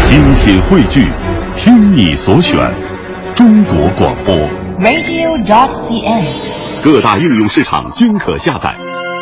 精品汇聚，听你所选，中国广播 radio.cn， 各大应用市场均可下载。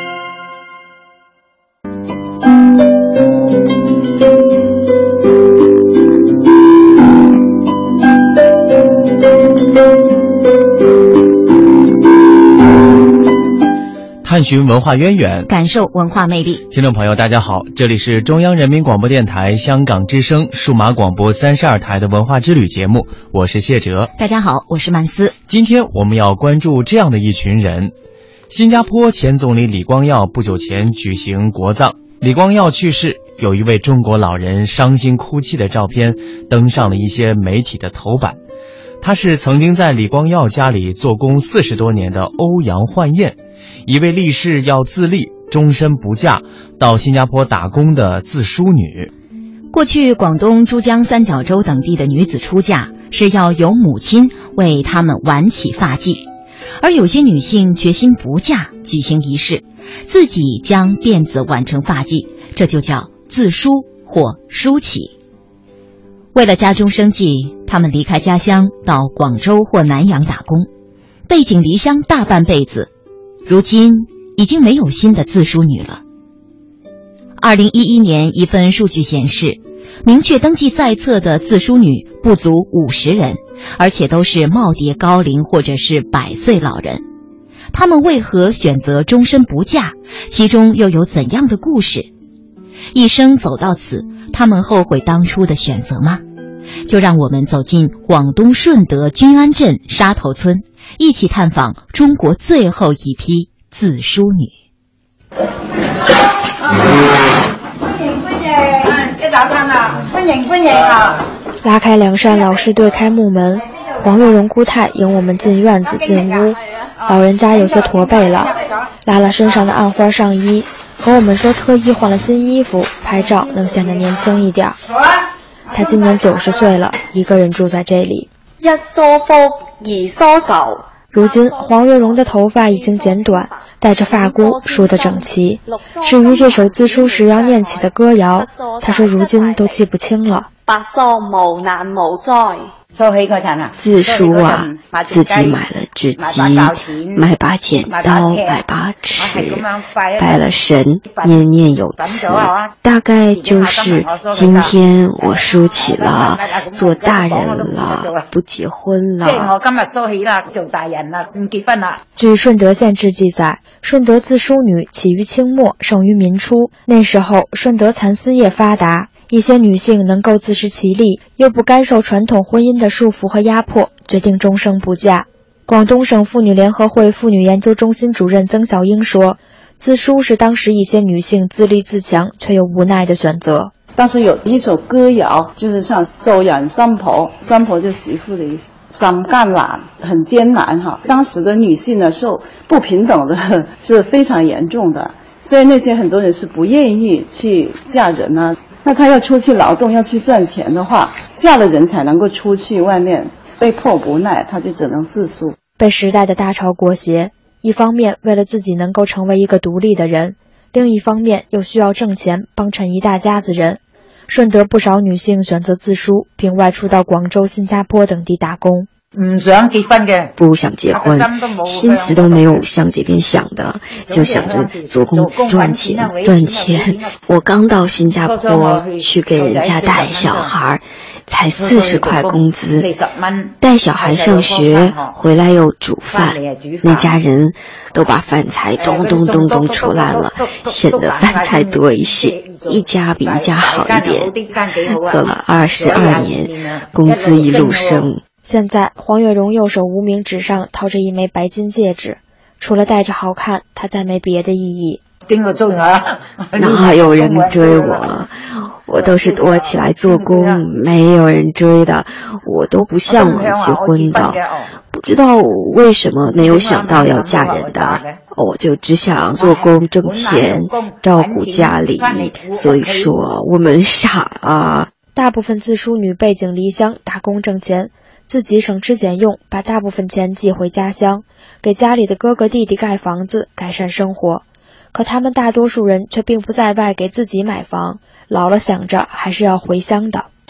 探寻文化渊源， 感受文化魅力。 听众朋友大家好，这里是中央人民广播电台香港之声数码广播32台的文化之旅节目，我是谢哲。 大家好，我是曼斯。 今天我们要关注这样的一群人。新加坡前总理李光耀不久前举行国葬，李光耀去世，有一位中国老人伤心哭泣的照片登上了一些媒体的头版。他是曾经在李光耀家里做工40多年的欧阳焕燕，一位立誓要自立终身不嫁到新加坡打工的自梳女。 过去广东珠江三角洲等地的女子出嫁是要由母亲为她们挽起发髻，而有些女性决心不嫁，举行仪式，自己将辫子挽成发髻，这就叫自梳或梳起。为了家中生计，她们离开家乡到广州或南洋打工，背井离乡大半辈子，如今已经没有新的自梳女了。2011年一份数据显示，明确登记在册的自梳女不足50人，而且都是耄耋高龄或者是100岁老人。她们为何选择终身不嫁？其中又有怎样的故事？一生走到此，她们后悔当初的选择吗？就让我们走进广东顺德均安镇沙头村，一起探访中国最后一批自梳女。 欢迎啊！拉开两扇老式对开木门，黄月荣姑太迎我们进院子进屋。老人家有些驼背了，拉了身上的暗花上衣，和我们说特意换了新衣服，拍照能显得年轻一点。他今年90岁了，一个人住在这里。 一梳腹，二梳手。 如今黄月荣的头发已经剪短，带着发箍，梳得整齐。至于这首自梳时要念起的歌谣，他说如今都记不清了。 白梳无难无灾。 自梳啊，自己买了纸机，买把剪刀，买把尺，拜了神，念念有词，大概就是今天我梳起了，做大人了，不结婚了。 据顺德县志记载，顺德自梳女起于清末，盛于民初。那时候顺德蚕丝业发达，一些女性能够自食其力，又不甘受传统婚姻的束缚和压迫，决定终生不嫁。广东省妇女联合会妇女研究中心主任曾小英说，自梳是当时一些女性自立自强却又无奈的选择。 当时有一首歌谣，就是像做人心婆，心婆就媳妇的意思，很艰难，很艰难哈。当时的女性呢，受不平等的是非常严重的，所以那些很多人是不愿意去嫁人啊。那她要出去劳动，要去赚钱的话，嫁了人才能够出去外面，被迫无奈，她就只能自梳。 被时代的大潮裹挟，一方面为了自己能够成为一个独立的人，另一方面又需要挣钱帮衬一大家子人。顺德不少女性选择自梳，并外出到广州、新加坡等地打工。 不想结婚，心思都没有像这边想的，就想着做工赚钱。我刚到新加坡去给人家带小孩，才40块工资，带小孩上学回来又煮饭，那家人都把饭菜咚咚咚咚出来了，显得饭菜多一些，一家比一家好一点。做了22年，工资一路升。 现在黄月荣右手无名指上套着一枚白金戒指，除了戴着好看，他再没别的意义。 哪有人追我？我都是躲起来做工，没有人追的，我都不向往结婚的。不知道为什么没有想到要嫁人的，我就只想做工挣钱，照顾家里。所以说我们傻啊。 大部分自梳女背井离乡打工挣钱，自己省吃俭用，把大部分钱寄回家乡，给家里的哥哥弟弟盖房子，改善生活。可他们大多数人却并不在外给自己买房，老了想着还是要回乡的。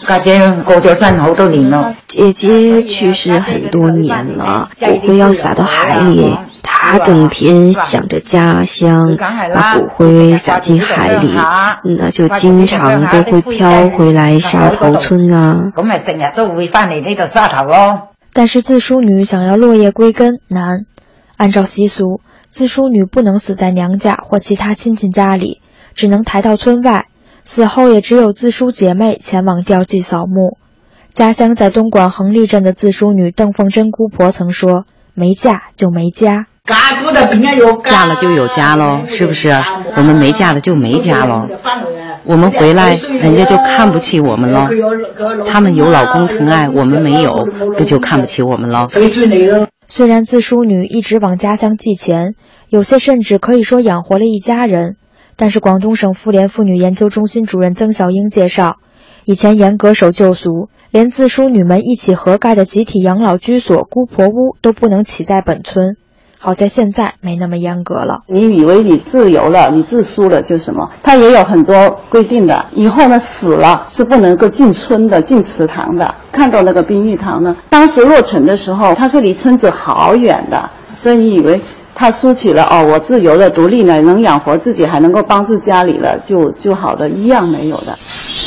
家姐过咗身好多年了。 姐姐去世很多年了，骨灰要撒到海里，她整天想着家乡，把骨灰撒进海里，那就经常都会飘回来沙头村啊。 咁咪成日都會翻嚟呢度沙頭咯。 但是自梳女想要落叶归根难，按照习俗，自梳女不能死在娘家或其他亲戚家里，只能抬到村外，死后也只有自梳姐妹前往吊祭扫墓。家乡在东莞横立镇的自梳女邓凤珍姑婆曾说：没嫁就没家。 嫁了就有家咯，是不是？我们没嫁了就没家咯。我们回来人家就看不起我们咯，他们有老公疼爱，我们没有，不就看不起我们咯。 虽然自梳女一直往家乡寄钱，有些甚至可以说养活了一家人，但是广东省妇联妇女研究中心主任曾小英介绍，以前严格守旧俗，连自梳女们一起合盖的集体养老居所姑婆屋都不能起在本村。好在现在没那么严格了。 你以为你自由了，你自梳了就什么？它也有很多规定的。以后呢，死了是不能够进村的，进祠堂的。看到那个殡仪堂呢，当时落成的时候，它是离村子好远的，所以你以为他梳起了哦，我自由了、独立了，能养活自己，还能够帮助家里了，就好的，一样没有的。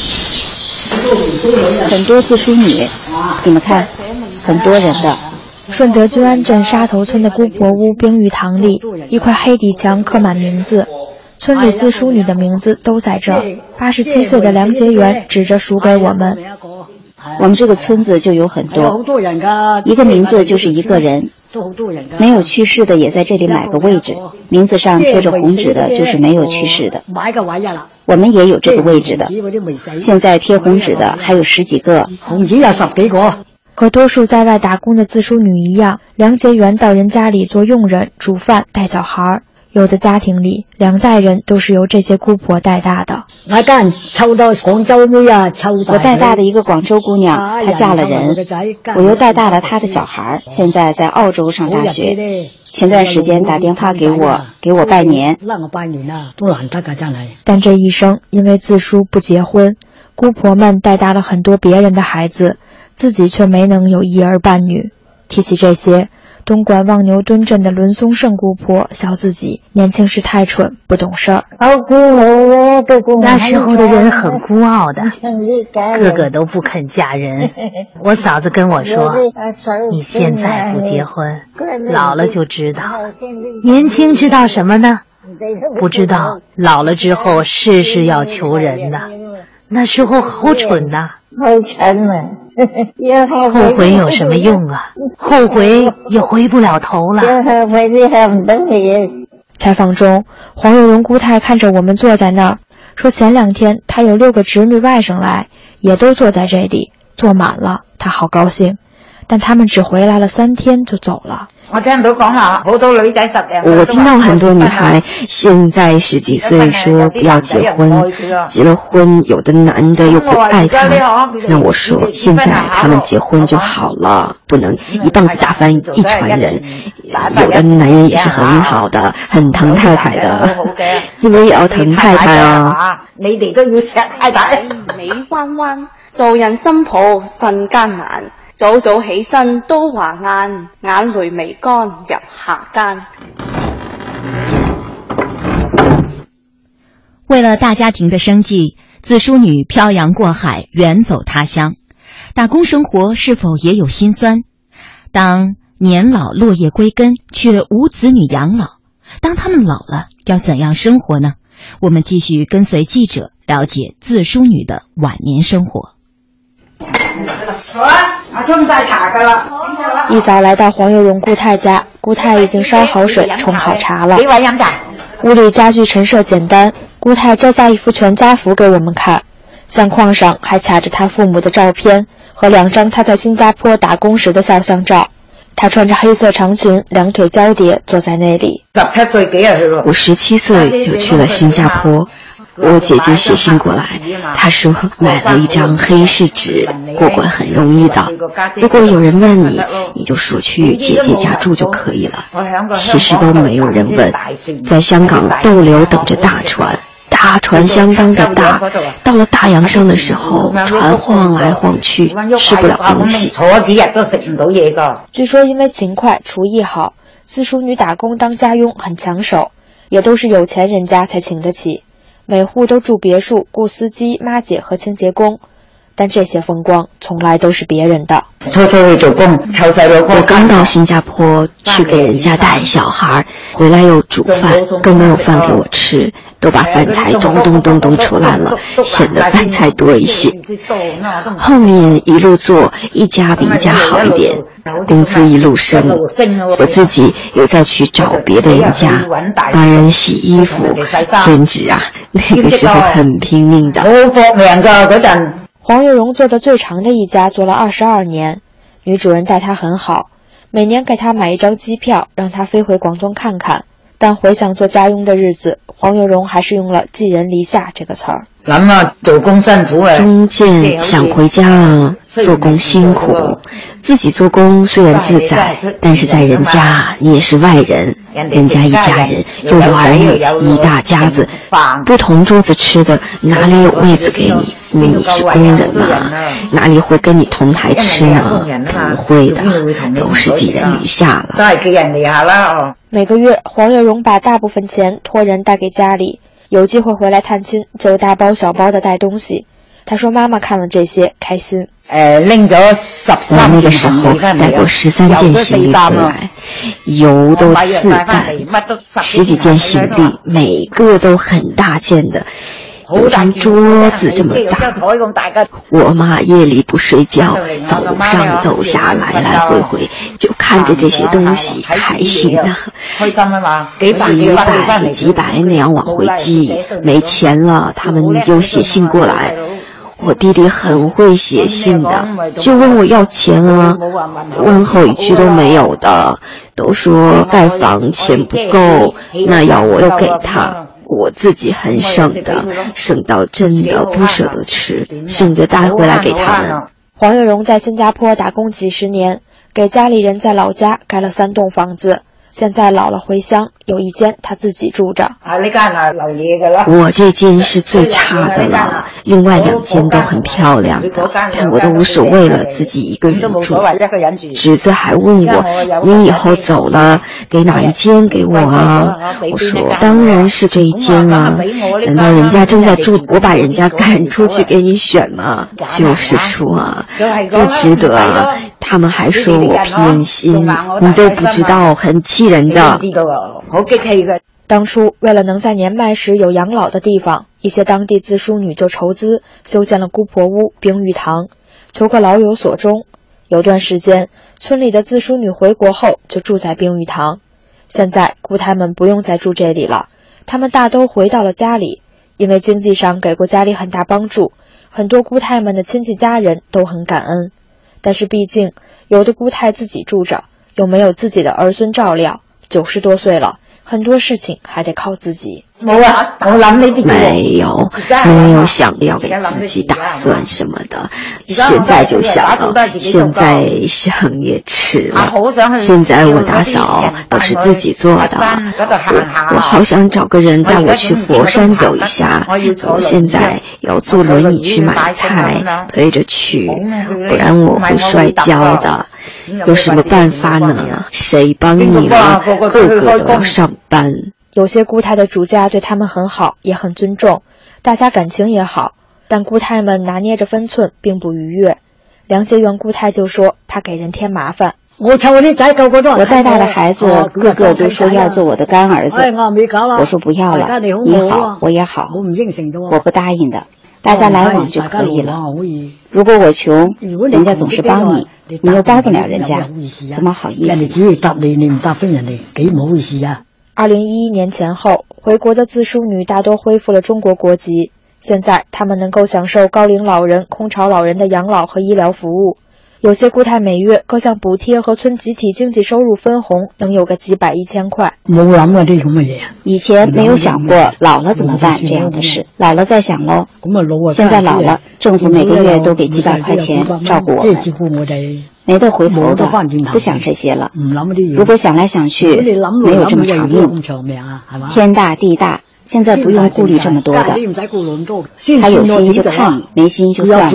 很多自梳女，你们看，很多人的。 顺德均安镇沙头村的姑婆屋冰玉堂里，一块黑底墙刻满名字，村里自梳女的名字都在这儿。87岁的梁杰元指着数给我们。 我们这个村子就有很多，一个名字就是一个人，没有去世的也在这里买个位置，名字上贴着红纸的就是没有去世的。我们也有这个位置的，现在贴红纸的还有10几个， 红纸有10几个。 和多数在外打工的自梳女一样，梁杰元到人家里做佣人、煮饭、带小孩。有的家庭里2代人都是由这些姑婆带大的。 我带大的一个广州姑娘，她嫁了人，我又带大了她的小孩，现在在澳洲上大学。前段时间打电话给我拜年。 但这一生因为自梳不结婚，姑婆们带大了很多别人的孩子，自己却没能有一儿半女。提起这些，东莞望牛墩镇的伦松胜姑婆笑自己年轻时太蠢，不懂事儿。 那时候的人很孤傲的，个个都不肯嫁人。我嫂子跟我说，你现在不结婚，老了就知道。年轻知道什么呢？不知道老了之后事事要求人的。那时候好蠢呐！后悔有什么用啊？后悔也回不了头了。 采访中，黄月荣姑太看着我们坐在那儿，说前2天她有6个侄女外甥来，也都坐在这里，坐满了，她好高興。但他们只回来了3天就走了。 我聽到講啦，好多女仔我聽到很多女孩現在10幾歲說不要結婚，結了婚有的男的又不愛她。那我說現在他們結婚就好了，不能一棒子打翻一船人。有的男人也是很好的，很疼太太的，你們也要疼太太啊。 你哋都要錫太太。 尾彎彎，做人新抱甚艱難。早早起身都話晏，眼淚未乾入下間。 为了大家庭的生计，自梳女漂洋过海，远走他乡。打工生活是否也有辛酸？当年老落叶归根，却无子女养老，当他们老了，要怎样生活呢？我们继续跟随记者了解自梳女的晚年生活。 一早来到黄月荣姑太家，姑太已经烧好水，冲好茶了。屋里家具陈设简单，姑太摘下一幅全家福给我们看，相框上还卡着她父母的照片和2张她在新加坡打工时的肖像照。她穿着黑色长裙，2腿交叠坐在那里。 我17岁就去了新加坡。我姐姐写信过来，她说买了一张黑市纸，过关很容易的。如果有人问你，你就说去姐姐家住就可以了。其实都没有人问。在香港逗留等着大船，大大船相当的大，到了大洋上的时候，船晃来晃去，吃不了东西。 据说因为勤快，厨艺好，自梳女打工当家佣很抢手，也都是有钱人家才请得起。每户都住别墅，雇司机、妈姐和清洁工，但这些风光从来都是别人的。 我刚到新加坡去给人家带小孩，回来又煮饭，更没有饭给我吃，都把饭菜咚咚咚咚出烂了，显得饭菜多一些。后面一路做，一家比一家好一点，工资一路升，我自己又再去找别的人家帮人洗衣服，兼职啊，那个时候很拼命的。 黄月荣做的最长的一家做了22年，女主人待她很好，每年给她买一张机票，让她飞回广东看看。但回想做家佣的日子，黄月荣还是用了寄人篱下这个词儿。 中间想回家了，做工辛苦，自己做工虽然自在，但是在人家你也是外人，人家一家人又有儿女，一大家子，不同桌子吃的，哪里有位子给你？你是工人嘛，哪里会跟你同台吃呢？不会的，都是寄人篱下了。 每个月黄月荣把大部分钱托人带给家里，有机会回来探亲就大包小包的带东西。他说妈妈看了这些开心。 我那个时候带过13件行李回来，油都4担，10几件行李，每个都很大件的，有张桌子这么大。我妈夜里不睡觉，走上走下，来来回回，就看着这些东西开心的，几百那样往回寄，没钱了他们又写信过来。我弟弟很会写信的，就问我要钱啊，问候一句都没有的，都说盖房钱不够，那要我又给他。我自己很省的，省到真的不舍得吃，省着带回来给他们。 黄月荣在新加坡打工几十年，给家里人在老家盖了3栋房子，现在老了回乡，有一间他自己住着。 我这间是最差的了，另外2间都很漂亮的，但我都无所谓了，自己一个人住。侄子还问我，你以后走了给哪一间给我啊？我说当然是这一间啊，难道人家正在住，我把人家赶出去给你选吗？就是说啊，不值得啊。他们还说我偏心，你都不知道，很气人的。 当初为了能在年迈时有养老的地方，一些当地自梳女就筹资修建了姑婆屋、冰浴堂，求个老有所终。有段时间，村里的自梳女回国后就住在冰浴堂。现在姑太们不用再住这里了，她们大都回到了家里，因为经济上给过家里很大帮助，很多姑太们的亲戚家人都很感恩。但是毕竟有的姑太自己住着，又没有自己的儿孙照料，90多岁了，很多事情还得靠自己。 没有想要给自己打算什么的，现在就想了，现在想也迟了。现在我打扫都是自己做的，我好想找个人带我去佛山走一下，我现在要坐轮椅去买菜，推着去，不然我会摔跤的。有什么办法呢？谁帮你了？个个都要上班。 有些姑太的主家对他们很好，也很尊重，大家感情也好，但姑太们拿捏着分寸，并不逾越。梁洁元姑太就说怕给人添麻烦。 我带大的孩子个个都说要做我的干儿子，我说不要了，你好我也好，我不答应的，大家来往就可以了。如果我穷，人家总是帮你，你又帮不了人家，怎么好意思？ 人家只係答你，你唔答翻人哋，幾唔好意思啊！2011年前后，回国的自梳女大多恢复了中国国籍，现在她们能够享受高龄老人、空巢老人的养老和医疗服务。有些姑太每月各项补贴和村集体经济收入分红能有个几百1000块。 冇諗過啲咁嘅嘢，以前沒有想過老了怎麼辦這樣的事，老了再想咯。現在老了，政府每個月都給幾百塊錢照顧我們，沒得回頭的，不想這些了。如果想來想去，沒有這麼長命，天大地大， 现在不用顾虑这么多的，他有心就看，没心就算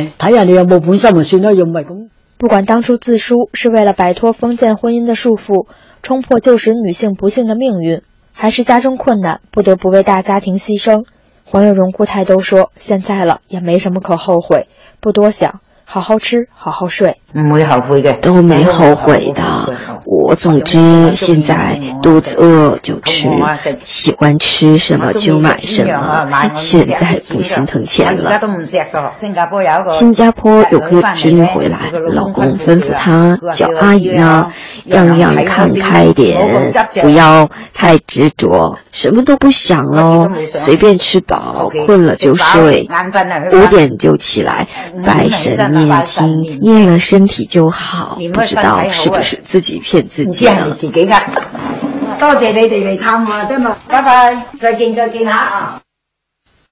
了。 不管当初自书是为了摆脱封建婚姻的束缚，冲破旧时女性不幸的命运，还是家中困难不得不为大家庭牺牲，黄月荣姑太都说现在了也没什么可后悔，不多想，好好吃好好睡， 唔會後悔嘅， 都没后悔的。我总之现在肚子饿就吃，喜欢吃什么就买什么，现在不心疼钱了。新加坡有个侄女回来，老公吩咐她叫阿姨呢，样样看开点，不要太执着，什么都不想咯，随便吃饱，困了就睡，5点就起来，拜神念经，念了身体就好，不知道是不是自己骗自己呢？ 多謝你哋嚟探我，真係，拜拜，再見下啊！